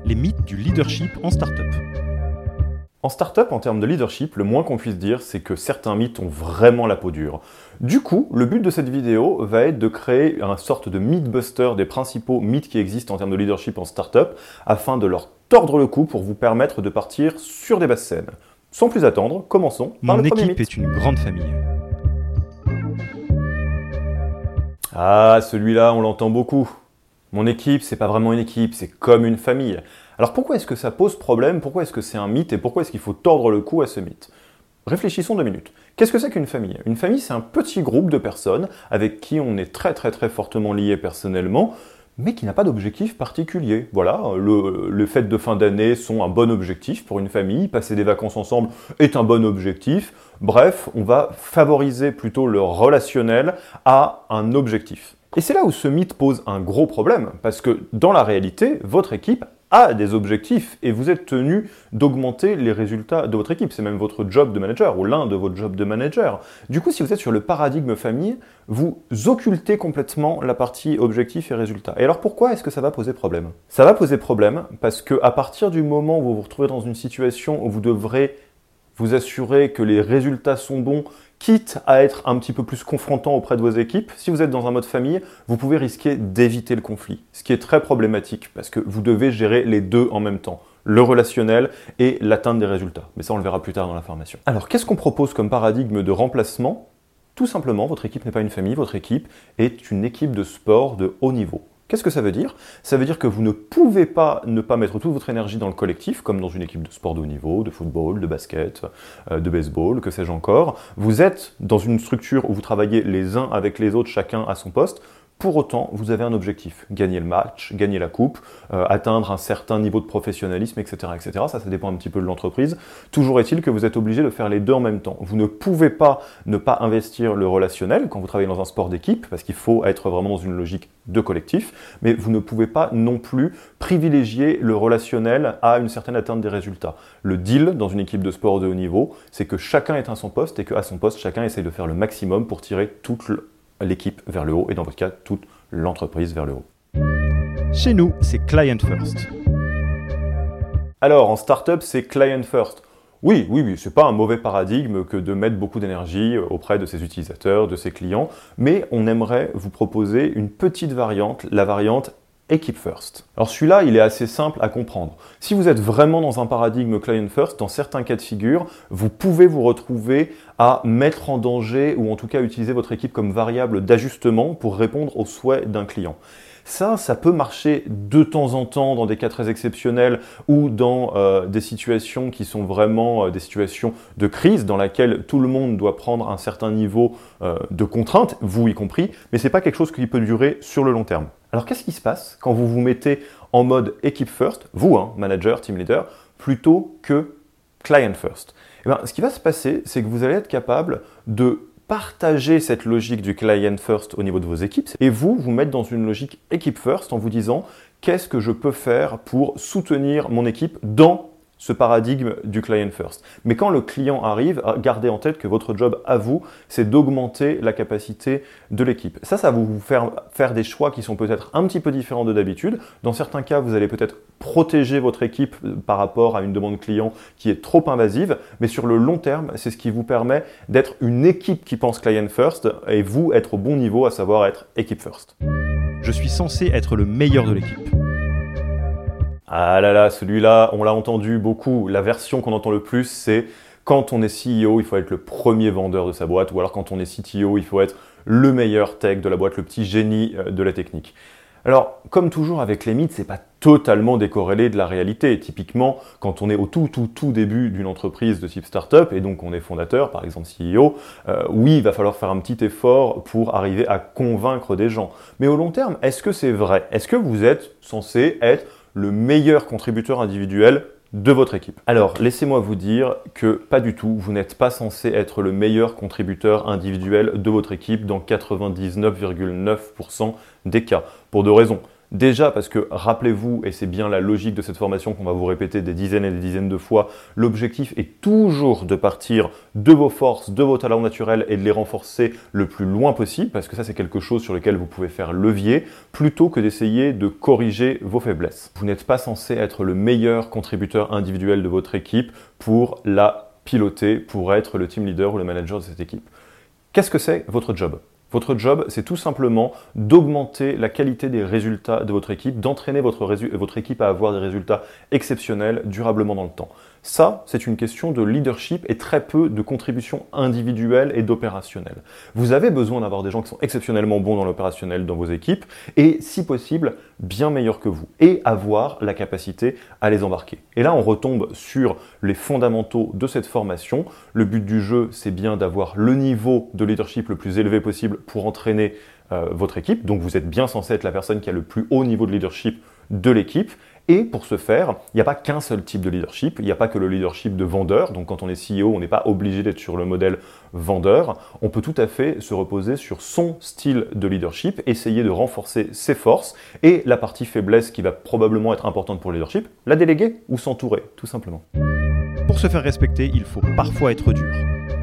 les mythes du leadership en startup. En startup, en termes de leadership, le moins qu'on puisse dire, c'est que certains mythes ont vraiment la peau dure. Du coup, le but de cette vidéo va être de créer une sorte de mythbuster des principaux mythes qui existent en termes de leadership en startup, afin de leur tordre le cou pour vous permettre de partir sur des basses scènes. Sans plus attendre, commençons par Mon le premier équipe mythe. est une grande famille. Ah, celui-là, on l'entend beaucoup. Mon équipe, c'est pas vraiment une équipe, c'est comme une famille. Alors pourquoi est-ce que ça pose problème? Pourquoi est-ce que c'est un mythe? Et pourquoi est-ce qu'il faut tordre le cou à ce mythe? Réfléchissons 2 minutes. Qu'est-ce que c'est qu'une famille? Une famille, c'est un petit groupe de personnes avec qui on est très fortement lié personnellement, mais qui n'a pas d'objectif particulier. Voilà, les fêtes de fin d'année sont un bon objectif pour une famille, passer des vacances ensemble est un bon objectif. Bref, on va favoriser plutôt le relationnel à un objectif. Et c'est là où ce mythe pose un gros problème, parce que dans la réalité, votre équipe a des objectifs et vous êtes tenu d'augmenter les résultats de votre équipe. C'est même votre job de manager ou l'un de vos jobs de manager. Du coup, si vous êtes sur le paradigme famille, vous occultez complètement la partie objectif et résultat. Et alors pourquoi est-ce que ça va poser problème? Ça va poser problème parce qu'à partir du moment où vous vous retrouvez dans une situation où vous devrez vous assurer que les résultats sont bons, quitte à être un petit peu plus confrontant auprès de vos équipes, si vous êtes dans un mode famille, vous pouvez risquer d'éviter le conflit. Ce qui est très problématique parce que vous devez gérer les deux en même temps, le relationnel et l'atteinte des résultats. Mais ça, on le verra plus tard dans la formation. Alors, qu'est-ce qu'on propose comme paradigme de remplacement? Tout simplement, votre équipe n'est pas une famille, votre équipe est une équipe de sport de haut niveau. Qu'est-ce que ça veut dire? Ça veut dire que vous ne pouvez pas ne pas mettre toute votre énergie dans le collectif, comme dans une équipe de sport de haut niveau, de football, de basket, de baseball, que sais-je encore. Vous êtes dans une structure où vous travaillez les uns avec les autres, chacun à son poste. Pour autant, vous avez un objectif, gagner le match, gagner la coupe, atteindre un certain niveau de professionnalisme, etc., etc. Ça dépend un petit peu de l'entreprise. Toujours est-il que vous êtes obligé de faire les deux en même temps. Vous ne pouvez pas ne pas investir le relationnel quand vous travaillez dans un sport d'équipe, parce qu'il faut être vraiment dans une logique de collectif, mais vous ne pouvez pas non plus privilégier le relationnel à une certaine atteinte des résultats. Le deal dans une équipe de sport de haut niveau, c'est que chacun est à son poste et qu'à son poste, chacun essaye de faire le maximum pour tirer toute l'équipe vers le haut et dans votre cas, toute l'entreprise vers le haut. Chez nous, c'est Client First. Alors, en startup, c'est Client First. Oui, c'est pas un mauvais paradigme que de mettre beaucoup d'énergie auprès de ses utilisateurs, de ses clients, mais on aimerait vous proposer une petite variante, la variante Équipe First. Alors celui-là, il est assez simple à comprendre. Si vous êtes vraiment dans un paradigme Client First, dans certains cas de figure, vous pouvez vous retrouver à mettre en danger ou en tout cas utiliser votre équipe comme variable d'ajustement pour répondre aux souhaits d'un client. Ça peut marcher de temps en temps dans des cas très exceptionnels ou dans des situations qui sont vraiment des situations de crise dans laquelle tout le monde doit prendre un certain niveau de contrainte, vous y compris, mais ce n'est pas quelque chose qui peut durer sur le long terme. Alors qu'est-ce qui se passe quand vous vous mettez en mode équipe first, vous, manager, team leader, plutôt que client first? Ce qui va se passer, c'est que vous allez être capable de partager cette logique du client first au niveau de vos équipes et vous mettre dans une logique équipe first en vous disant qu'est-ce que je peux faire pour soutenir mon équipe dans ce paradigme du client first. Mais quand le client arrive, gardez en tête que votre job à vous, c'est d'augmenter la capacité de l'équipe. Ça va vous faire des choix qui sont peut-être un petit peu différents de d'habitude. Dans certains cas, vous allez peut-être protéger votre équipe par rapport à une demande client qui est trop invasive, mais sur le long terme, c'est ce qui vous permet d'être une équipe qui pense client first et vous être au bon niveau, à savoir être équipe first. Je suis censé être le meilleur de l'équipe. Ah là là, celui-là, on l'a entendu beaucoup. La version qu'on entend le plus, c'est quand on est CEO, il faut être le premier vendeur de sa boîte, ou alors quand on est CTO, il faut être le meilleur tech de la boîte, le petit génie de la technique. Alors, comme toujours avec les mythes, c'est pas totalement décorrélé de la réalité. Typiquement, quand on est au tout début d'une entreprise de type startup, et donc on est fondateur, par exemple CEO, oui, il va falloir faire un petit effort pour arriver à convaincre des gens. Mais au long terme, est-ce que c'est vrai? Est-ce que vous êtes censé être le meilleur contributeur individuel de votre équipe? Alors, laissez-moi vous dire que pas du tout, vous n'êtes pas censé être le meilleur contributeur individuel de votre équipe dans 99,9% des cas, pour deux raisons. Déjà parce que, rappelez-vous, et c'est bien la logique de cette formation qu'on va vous répéter des dizaines et des dizaines de fois, l'objectif est toujours de partir de vos forces, de vos talents naturels et de les renforcer le plus loin possible, parce que ça c'est quelque chose sur lequel vous pouvez faire levier, plutôt que d'essayer de corriger vos faiblesses. Vous n'êtes pas censé être le meilleur contributeur individuel de votre équipe pour la piloter, pour être le team leader ou le manager de cette équipe. Qu'est-ce que c'est votre job ? Votre job, c'est tout simplement d'augmenter la qualité des résultats de votre équipe, d'entraîner votre équipe à avoir des résultats exceptionnels durablement dans le temps. Ça, c'est une question de leadership et très peu de contribution individuelle et d'opérationnel. Vous avez besoin d'avoir des gens qui sont exceptionnellement bons dans l'opérationnel dans vos équipes et, si possible, bien meilleurs que vous et avoir la capacité à les embarquer. Et là, on retombe sur les fondamentaux de cette formation. Le but du jeu, c'est bien d'avoir le niveau de leadership le plus élevé possible pour entraîner votre équipe. Donc, vous êtes bien censé être la personne qui a le plus haut niveau de leadership de l'équipe. Et pour ce faire, il n'y a pas qu'un seul type de leadership, il n'y a pas que le leadership de vendeur, donc quand on est CEO, on n'est pas obligé d'être sur le modèle vendeur, on peut tout à fait se reposer sur son style de leadership, essayer de renforcer ses forces, et la partie faiblesse qui va probablement être importante pour le leadership, la déléguer ou s'entourer, tout simplement. Pour se faire respecter, il faut parfois être dur.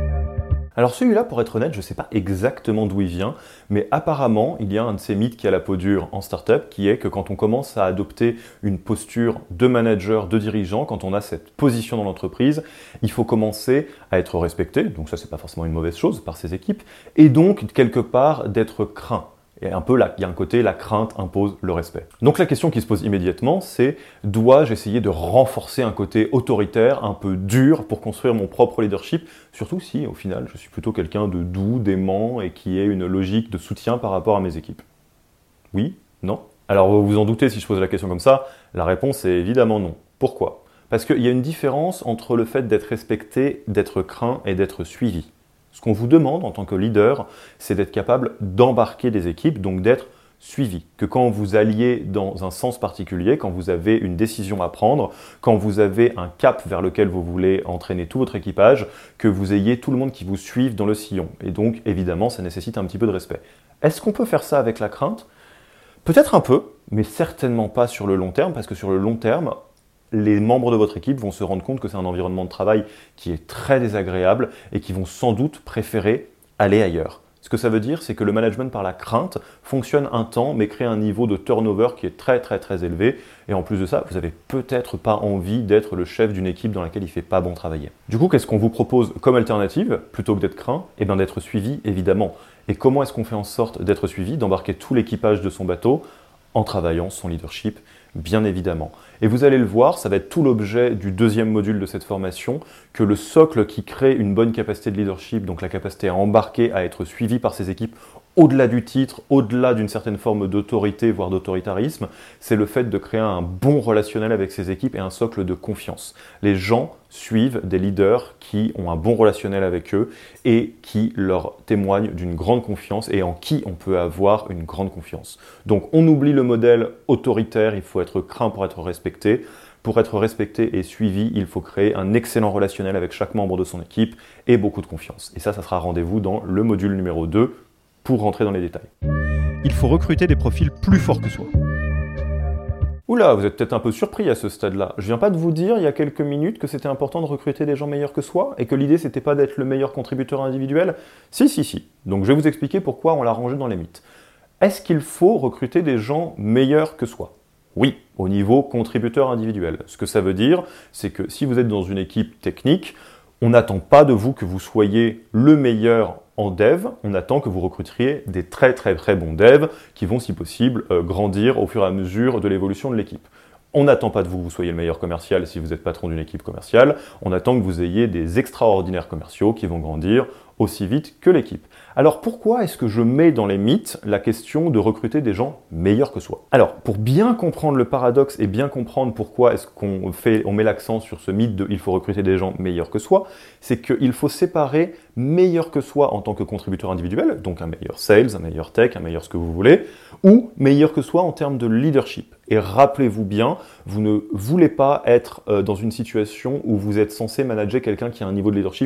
Alors celui-là, pour être honnête, je ne sais pas exactement d'où il vient, mais apparemment, il y a un de ces mythes qui a la peau dure en startup, qui est que quand on commence à adopter une posture de manager, de dirigeant, quand on a cette position dans l'entreprise, il faut commencer à être respecté, donc ça c'est pas forcément une mauvaise chose par ses équipes, et donc quelque part d'être craint. Et un peu là, il y a un côté, la crainte impose le respect. Donc la question qui se pose immédiatement, c'est dois-je essayer de renforcer un côté autoritaire, un peu dur pour construire mon propre leadership, surtout si au final je suis plutôt quelqu'un de doux, d'aimant et qui ait une logique de soutien par rapport à mes équipes. Oui? Non? Alors vous vous en doutez si je pose la question comme ça, la réponse est évidemment non. Pourquoi? Parce qu'il y a une différence entre le fait d'être respecté, d'être craint et d'être suivi. Ce qu'on vous demande en tant que leader, c'est d'être capable d'embarquer des équipes, donc d'être suivi. Que quand vous alliez dans un sens particulier, quand vous avez une décision à prendre, quand vous avez un cap vers lequel vous voulez entraîner tout votre équipage, que vous ayez tout le monde qui vous suive dans le sillon. Et donc, évidemment, ça nécessite un petit peu de respect. Est-ce qu'on peut faire ça avec la crainte? Peut-être un peu, mais certainement pas sur le long terme, parce que sur le long terme, les membres de votre équipe vont se rendre compte que c'est un environnement de travail qui est très désagréable et qui vont sans doute préférer aller ailleurs. Ce que ça veut dire, c'est que le management par la crainte fonctionne un temps, mais crée un niveau de turnover qui est très très très élevé. Et en plus de ça, vous n'avez peut-être pas envie d'être le chef d'une équipe dans laquelle il ne fait pas bon travailler. Du coup, qu'est-ce qu'on vous propose comme alternative, plutôt que d'être craint? Eh bien d'être suivi, évidemment. Et comment est-ce qu'on fait en sorte d'être suivi, d'embarquer tout l'équipage de son bateau en travaillant son leadership, bien évidemment. Et vous allez le voir, ça va être tout l'objet du deuxième module de cette formation, que le socle qui crée une bonne capacité de leadership, donc la capacité à embarquer, à être suivi par ses équipes, au-delà du titre, au-delà d'une certaine forme d'autorité, voire d'autoritarisme, c'est le fait de créer un bon relationnel avec ses équipes et un socle de confiance. Les gens suivent des leaders qui ont un bon relationnel avec eux et qui leur témoignent d'une grande confiance et en qui on peut avoir une grande confiance. Donc on oublie le modèle autoritaire, il faut être craint pour être respecté. Pour être respecté et suivi, il faut créer un excellent relationnel avec chaque membre de son équipe et beaucoup de confiance. Et ça sera rendez-vous dans le module numéro 2 pour rentrer dans les détails. Il faut recruter des profils plus forts que soi. Oula, vous êtes peut-être un peu surpris à ce stade-là. Je viens pas de vous dire il y a quelques minutes que c'était important de recruter des gens meilleurs que soi et que l'idée c'était pas d'être le meilleur contributeur individuel? Si. Donc je vais vous expliquer pourquoi on l'a rangé dans les mythes. Est-ce qu'il faut recruter des gens meilleurs que soi? Oui, au niveau contributeur individuel. Ce que ça veut dire, c'est que si vous êtes dans une équipe technique, on n'attend pas de vous que vous soyez le meilleur en dev, on attend que vous recruteriez des très bons devs qui vont, si possible, grandir au fur et à mesure de l'évolution de l'équipe. On n'attend pas de vous que vous soyez le meilleur commercial si vous êtes patron d'une équipe commerciale, on attend que vous ayez des extraordinaires commerciaux qui vont grandir aussi vite que l'équipe. Alors pourquoi est-ce que je mets dans les mythes la question de recruter des gens meilleurs que soi? Alors pour bien comprendre le paradoxe et bien comprendre pourquoi est-ce qu'on met l'accent sur ce mythe de il faut recruter des gens meilleurs que soi, c'est qu'il faut séparer meilleur que soi en tant que contributeur individuel, donc un meilleur sales, un meilleur tech, un meilleur ce que vous voulez, ou meilleur que soi en termes de leadership. Et rappelez-vous bien, vous ne voulez pas être dans une situation où vous êtes censé manager quelqu'un qui a un niveau de leadership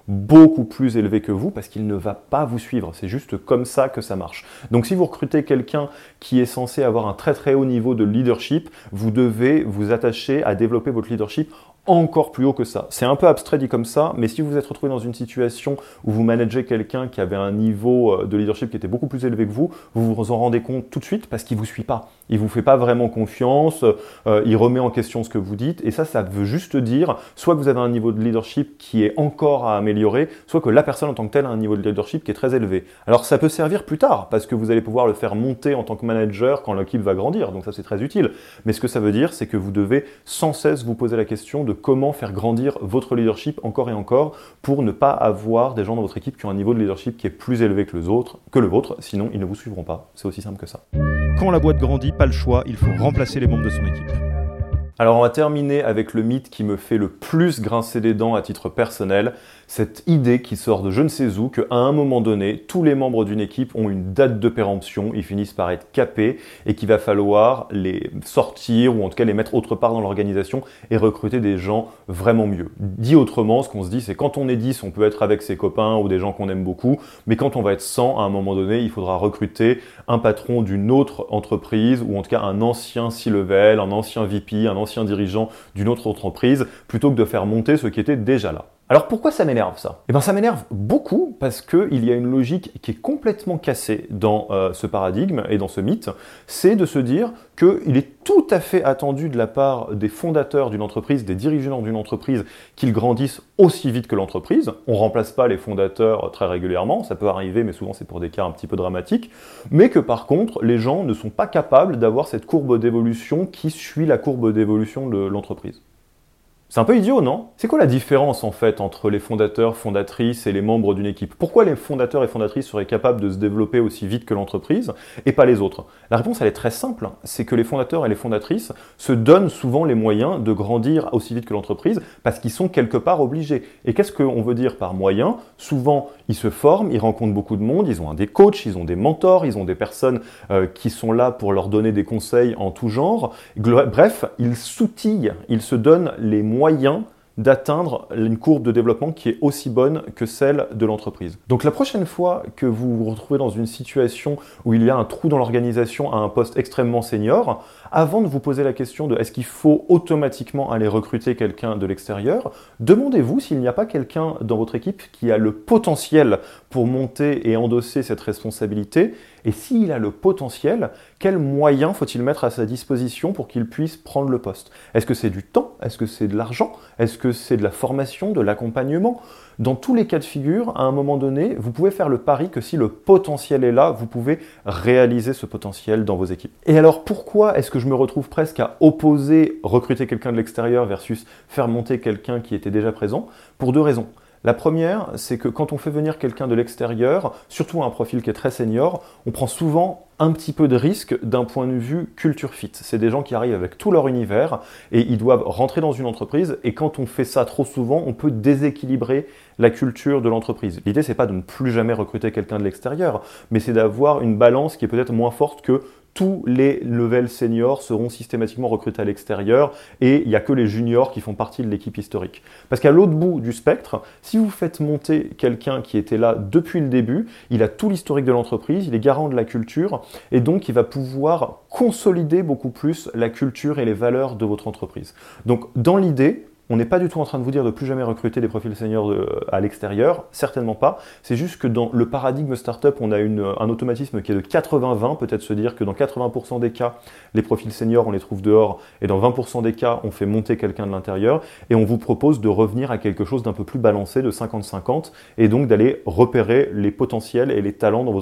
beaucoup plus élevé que vous parce qu'il ne va pas vous suivre. C'est juste comme ça que ça marche. Donc si vous recrutez quelqu'un qui est censé avoir un très très haut niveau de leadership, vous devez vous attacher à développer votre leadership encore plus haut que ça. C'est un peu abstrait dit comme ça, mais si vous vous êtes retrouvé dans une situation où vous managez quelqu'un qui avait un niveau de leadership qui était beaucoup plus élevé que vous vous en rendez compte tout de suite parce qu'il ne vous suit pas. Il ne vous fait pas vraiment confiance, il remet en question ce que vous dites, et ça veut juste dire soit que vous avez un niveau de leadership qui est encore à améliorer, soit que la personne en tant que telle a un niveau de leadership qui est très élevé. Alors ça peut servir plus tard, parce que vous allez pouvoir le faire monter en tant que manager quand l'équipe va grandir, donc ça c'est très utile. Mais ce que ça veut dire, c'est que vous devez sans cesse vous poser la question de comment faire grandir votre leadership encore et encore pour ne pas avoir des gens dans votre équipe qui ont un niveau de leadership qui est plus élevé que le vôtre, sinon ils ne vous suivront pas. C'est aussi simple que ça. Quand la boîte grandit, pas le choix, il faut remplacer les membres de son équipe. Alors on va terminer avec le mythe qui me fait le plus grincer des dents à titre personnel, cette idée qui sort de je ne sais où qu'à un moment donné, tous les membres d'une équipe ont une date de péremption, ils finissent par être capés et qu'il va falloir les sortir ou en tout cas les mettre autre part dans l'organisation et recruter des gens vraiment mieux. Dit autrement, ce qu'on se dit, c'est quand on est 10, on peut être avec ses copains ou des gens qu'on aime beaucoup, mais quand on va être 100, à un moment donné, il faudra recruter un patron d'une autre entreprise ou en tout cas un ancien C-level, un ancien VP, un ancien dirigeant d'une autre entreprise, plutôt que de faire monter ceux qui étaient déjà là. Alors pourquoi ça m'énerve ça ? Eh bien ça m'énerve beaucoup parce qu'il y a une logique qui est complètement cassée dans ce paradigme et dans ce mythe, c'est de se dire qu'il est tout à fait attendu de la part des fondateurs d'une entreprise, des dirigeants d'une entreprise, qu'ils grandissent aussi vite que l'entreprise. On ne remplace pas les fondateurs très régulièrement, ça peut arriver mais souvent c'est pour des cas un petit peu dramatiques, mais que par contre les gens ne sont pas capables d'avoir cette courbe d'évolution qui suit la courbe d'évolution de l'entreprise. C'est un peu idiot, non ? C'est quoi la différence en fait entre les fondateurs, fondatrices et les membres d'une équipe ? Pourquoi les fondateurs et fondatrices seraient capables de se développer aussi vite que l'entreprise et pas les autres ? La réponse elle est très simple, c'est que les fondateurs et les fondatrices se donnent souvent les moyens de grandir aussi vite que l'entreprise parce qu'ils sont quelque part obligés. Et qu'est-ce qu'on veut dire par moyens ? Souvent ils se forment, ils rencontrent beaucoup de monde, ils ont des coachs, ils ont des mentors, ils ont des personnes qui sont là pour leur donner des conseils en tout genre. Bref, ils s'outillent, ils se donnent les moyens d'atteindre une courbe de développement qui est aussi bonne que celle de l'entreprise. Donc la prochaine fois que vous vous retrouvez dans une situation où il y a un trou dans l'organisation à un poste extrêmement senior, avant de vous poser la question de est-ce qu'il faut automatiquement aller recruter quelqu'un de l'extérieur, demandez-vous s'il n'y a pas quelqu'un dans votre équipe qui a le potentiel pour monter et endosser cette responsabilité, et s'il a le potentiel, quels moyens faut-il mettre à sa disposition pour qu'il puisse prendre le poste ? Est-ce que c'est du temps ? Est-ce que c'est de l'argent ? Est-ce que c'est de la formation, de l'accompagnement ? Dans tous les cas de figure, à un moment donné, vous pouvez faire le pari que si le potentiel est là, vous pouvez réaliser ce potentiel dans vos équipes. Et alors pourquoi est-ce que je me retrouve presque à opposer recruter quelqu'un de l'extérieur versus faire monter quelqu'un qui était déjà présent ? Pour deux raisons. La première, c'est que quand on fait venir quelqu'un de l'extérieur, surtout un profil qui est très senior, on prend souvent un petit peu de risque d'un point de vue culture fit. C'est des gens qui arrivent avec tout leur univers et ils doivent rentrer dans une entreprise et quand on fait ça trop souvent, on peut déséquilibrer la culture de l'entreprise. L'idée, c'est pas de ne plus jamais recruter quelqu'un de l'extérieur, mais c'est d'avoir une balance qui est peut-être moins forte que tous les levels seniors seront systématiquement recrutés à l'extérieur et il n'y a que les juniors qui font partie de l'équipe historique. Parce qu'à l'autre bout du spectre, si vous faites monter quelqu'un qui était là depuis le début, il a tout l'historique de l'entreprise, il est garant de la culture et donc il va pouvoir consolider beaucoup plus la culture et les valeurs de votre entreprise. Donc dans l'idée, on n'est pas du tout en train de vous dire de plus jamais recruter des profils seniors à l'extérieur, certainement pas. C'est juste que dans le paradigme startup, on a un automatisme qui est de 80-20, peut-être se dire que dans 80% des cas, les profils seniors, on les trouve dehors, et dans 20% des cas, on fait monter quelqu'un de l'intérieur, et on vous propose de revenir à quelque chose d'un peu plus balancé, de 50-50, et donc d'aller repérer les potentiels et les talents dans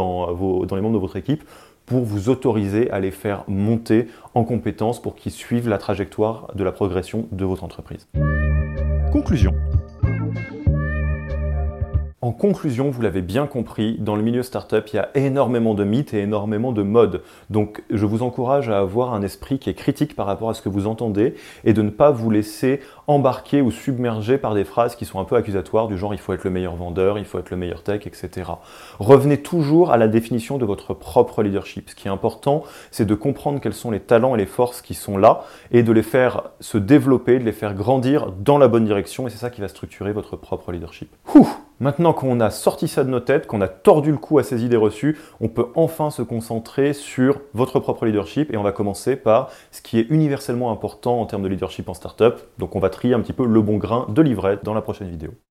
les membres de votre équipe, pour vous autoriser à les faire monter en compétences pour qu'ils suivent la trajectoire de la progression de votre entreprise. Conclusion. En conclusion, vous l'avez bien compris, dans le milieu startup, il y a énormément de mythes et énormément de modes. Donc, je vous encourage à avoir un esprit qui est critique par rapport à ce que vous entendez et de ne pas vous laisser embarquer ou submerger par des phrases qui sont un peu accusatoires du genre il faut être le meilleur vendeur, il faut être le meilleur tech, etc. Revenez toujours à la définition de votre propre leadership. Ce qui est important, c'est de comprendre quels sont les talents et les forces qui sont là et de les faire se développer, de les faire grandir dans la bonne direction et c'est ça qui va structurer votre propre leadership. Maintenant qu'on a sorti ça de nos têtes, qu'on a tordu le cou à ces idées reçues, on peut enfin se concentrer sur votre propre leadership et on va commencer par ce qui est universellement important en termes de leadership en startup. Donc on va trier un petit peu le bon grain de livret dans la prochaine vidéo.